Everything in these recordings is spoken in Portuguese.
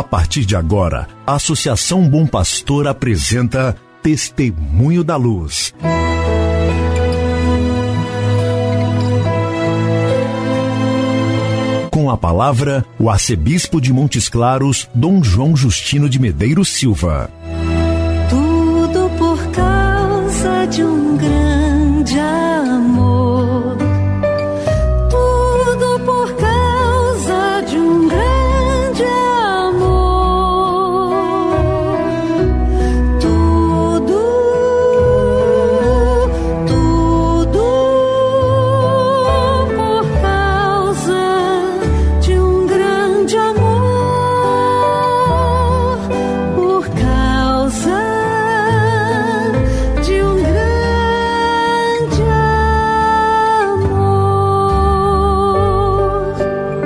A partir de agora, a Associação Bom Pastor apresenta Testemunho da Luz. Com a palavra, o arcebispo de Montes Claros, Dom João Justino de Medeiros Silva. Tudo por causa de um grande amor. Tudo por causa de um grande amor. Tudo por causa de um grande amor. Por causa de um grande amor.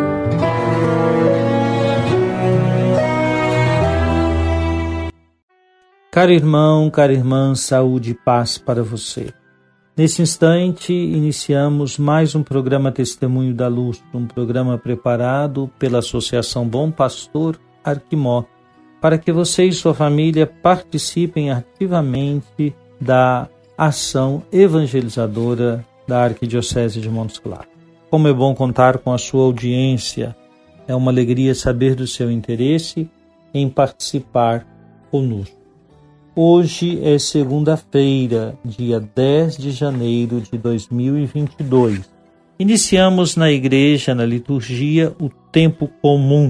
Caro irmão, cara irmã, saúde e paz para você. Nesse instante, iniciamos mais um programa Testemunho da Luz, um programa preparado pela Associação Bom Pastor Arquimó, para que você e sua família participem ativamente da ação evangelizadora da Arquidiocese de Montes Claros. Como é bom contar com a sua audiência, é uma alegria saber do seu interesse em participar conosco. Hoje é segunda-feira, dia 10 de janeiro de 2022. Iniciamos na igreja, na liturgia, o tempo comum.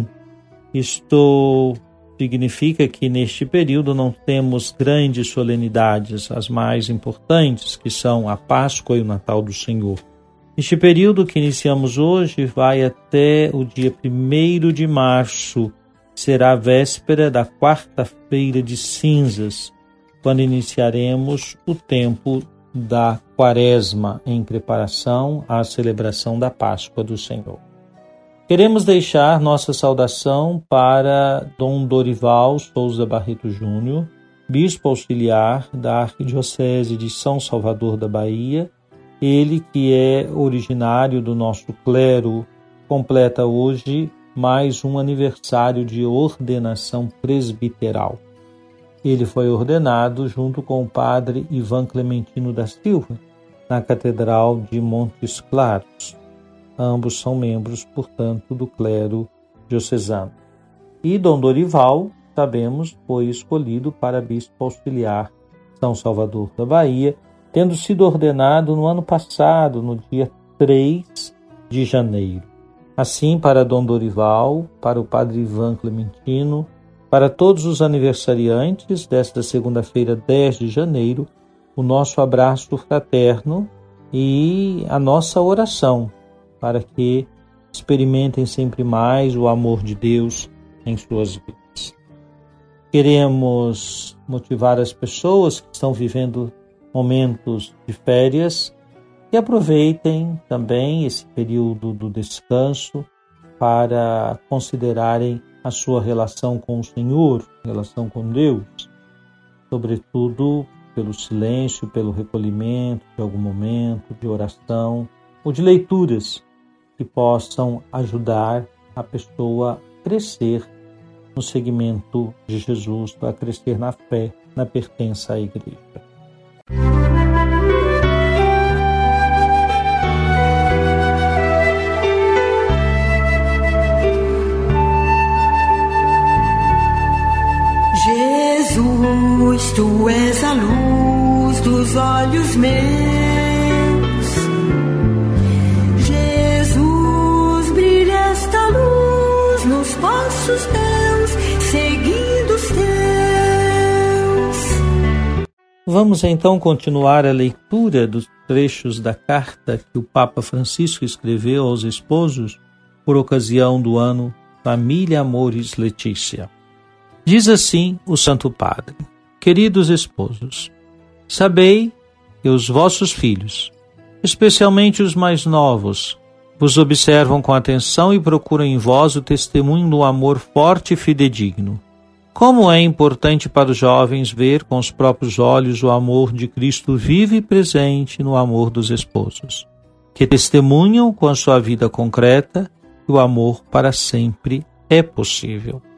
Isto significa que neste período não temos grandes solenidades, as mais importantes, que são a Páscoa e o Natal do Senhor. Este período que iniciamos hoje vai até o dia 1º de março, será a véspera da quarta-feira de cinzas, quando iniciaremos o tempo da Quaresma em preparação à celebração da Páscoa do Senhor. Queremos deixar nossa saudação para Dom Dorival Souza Barreto Júnior, bispo auxiliar da Arquidiocese de São Salvador da Bahia, ele que é originário do nosso clero, completa hoje mais um aniversário de ordenação presbiteral. Ele foi ordenado junto com o padre Ivan Clementino da Silva, na Catedral de Montes Claros. Ambos são membros, portanto, do clero diocesano. E Dom Dorival, sabemos, foi escolhido para bispo auxiliar São Salvador da Bahia, tendo sido ordenado no ano passado, no dia 3 de janeiro. Assim, para Dom Dorival, para o padre Ivan Clementino, para todos os aniversariantes desta segunda-feira, 10 de janeiro, o nosso abraço fraterno e a nossa oração para que experimentem sempre mais o amor de Deus em suas vidas. Queremos motivar as pessoas que estão vivendo momentos de férias e aproveitem também esse período do descanso para considerarem a sua relação com o Senhor, relação com Deus, sobretudo pelo silêncio, pelo recolhimento de algum momento, de oração ou de leituras que possam ajudar a pessoa a crescer no seguimento de Jesus, a crescer na fé, na pertença à igreja. Jesus, tu és a luz dos olhos meus. Jesus, brilha esta luz nos passos teus, seguindo os teus. Vamos então continuar a leitura dos trechos da carta que o Papa Francisco escreveu aos esposos por ocasião do ano Família Amoris Laetitia. Diz assim o Santo Padre: Queridos esposos, sabei que os vossos filhos, especialmente os mais novos, vos observam com atenção e procuram em vós o testemunho do amor forte e fidedigno. Como é importante para os jovens ver com os próprios olhos o amor de Cristo vivo e presente no amor dos esposos, que testemunham com a sua vida concreta que o amor para sempre é possível.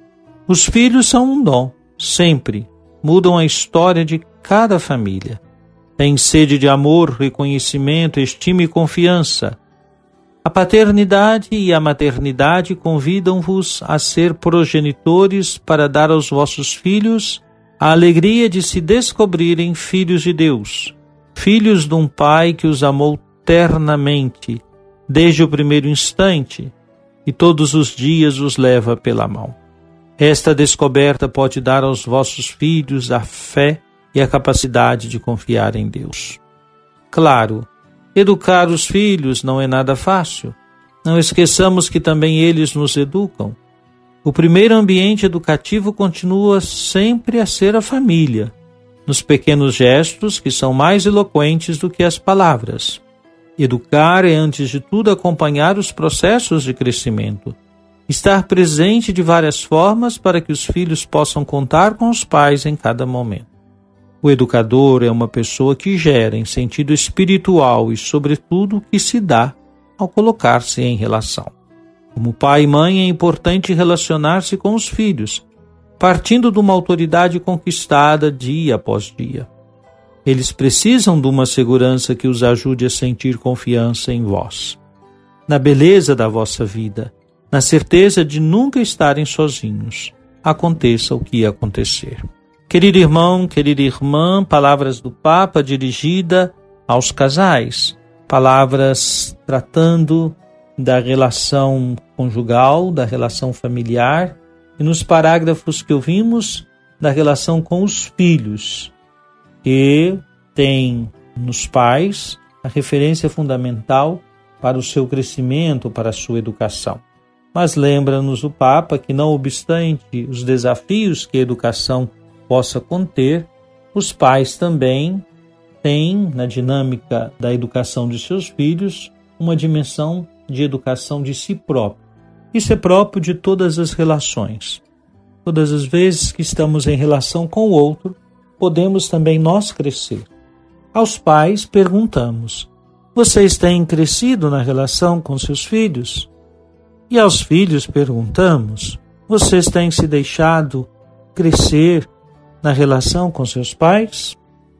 Os filhos são um dom, sempre mudam a história de cada família. Têm sede de amor, reconhecimento, estima e confiança. A paternidade e a maternidade convidam-vos a ser progenitores para dar aos vossos filhos a alegria de se descobrirem filhos de Deus, filhos de um Pai que os amou ternamente, desde o primeiro instante, e todos os dias os leva pela mão. Esta descoberta pode dar aos vossos filhos a fé e a capacidade de confiar em Deus. Claro, educar os filhos não é nada fácil. Não esqueçamos que também eles nos educam. O primeiro ambiente educativo continua sempre a ser a família, nos pequenos gestos que são mais eloquentes do que as palavras. Educar é, antes de tudo, acompanhar os processos de crescimento. Estar presente de várias formas para que os filhos possam contar com os pais em cada momento. O educador é uma pessoa que gera em sentido espiritual e, sobretudo, que se dá ao colocar-se em relação. Como pai e mãe, é importante relacionar-se com os filhos, partindo de uma autoridade conquistada dia após dia. Eles precisam de uma segurança que os ajude a sentir confiança em vós, na beleza da vossa vida, na certeza de nunca estarem sozinhos, aconteça o que acontecer. Querido irmão, querida irmã, palavras do Papa dirigida aos casais, palavras tratando da relação conjugal, da relação familiar, e nos parágrafos que ouvimos, da relação com os filhos, que tem nos pais a referência fundamental para o seu crescimento, para a sua educação. Mas lembra-nos o Papa que, não obstante os desafios que a educação possa conter, os pais também têm, na dinâmica da educação de seus filhos, uma dimensão de educação de si próprio. Isso é próprio de todas as relações. Todas as vezes que estamos em relação com o outro, podemos também nós crescer. Aos pais perguntamos: vocês têm crescido na relação com seus filhos? E aos filhos perguntamos: vocês têm se deixado crescer na relação com seus pais?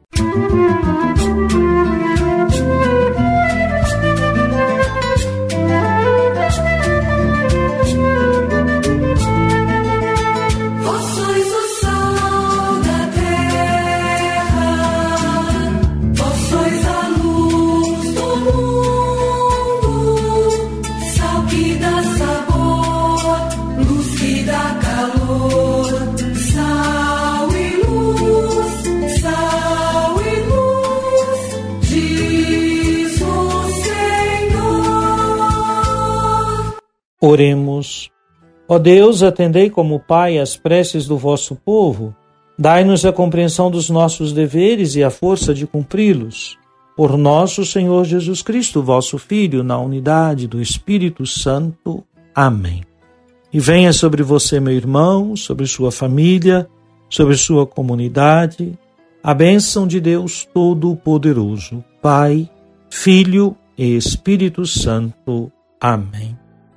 Oremos. Ó Deus, atendei como Pai as preces do vosso povo, dai-nos a compreensão dos nossos deveres e a força de cumpri-los. Por nosso Senhor Jesus Cristo, vosso Filho, na unidade do Espírito Santo. Amém. E venha sobre você, meu irmão, sobre sua família, sobre sua comunidade, a bênção de Deus Todo-Poderoso, Pai, Filho e Espírito Santo. Amém.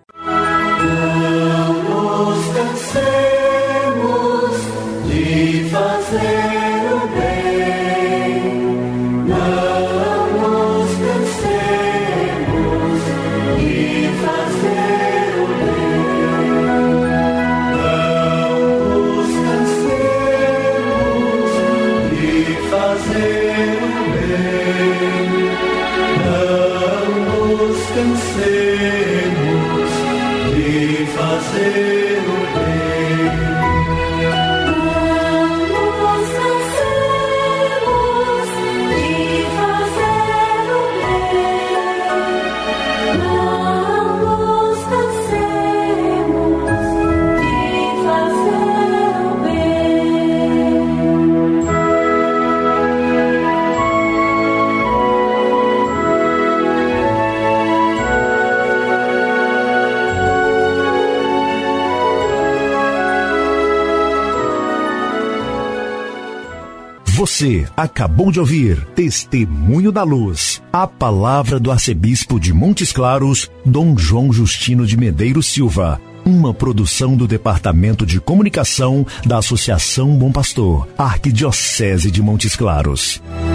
Não nos cansemos de fazer o bem, não nos cansemos de fazer o bem, não nos cansemos de fazer o bem, não nos cansemos de fazer o bem. Não nos cansemos de fazer o bem. Não nos cansemos de fazer o bem. Você acabou de ouvir Testemunho da Luz, a palavra do arcebispo de Montes Claros, Dom João Justino de Medeiros Silva, uma produção do Departamento de Comunicação da Associação Bom Pastor, Arquidiocese de Montes Claros.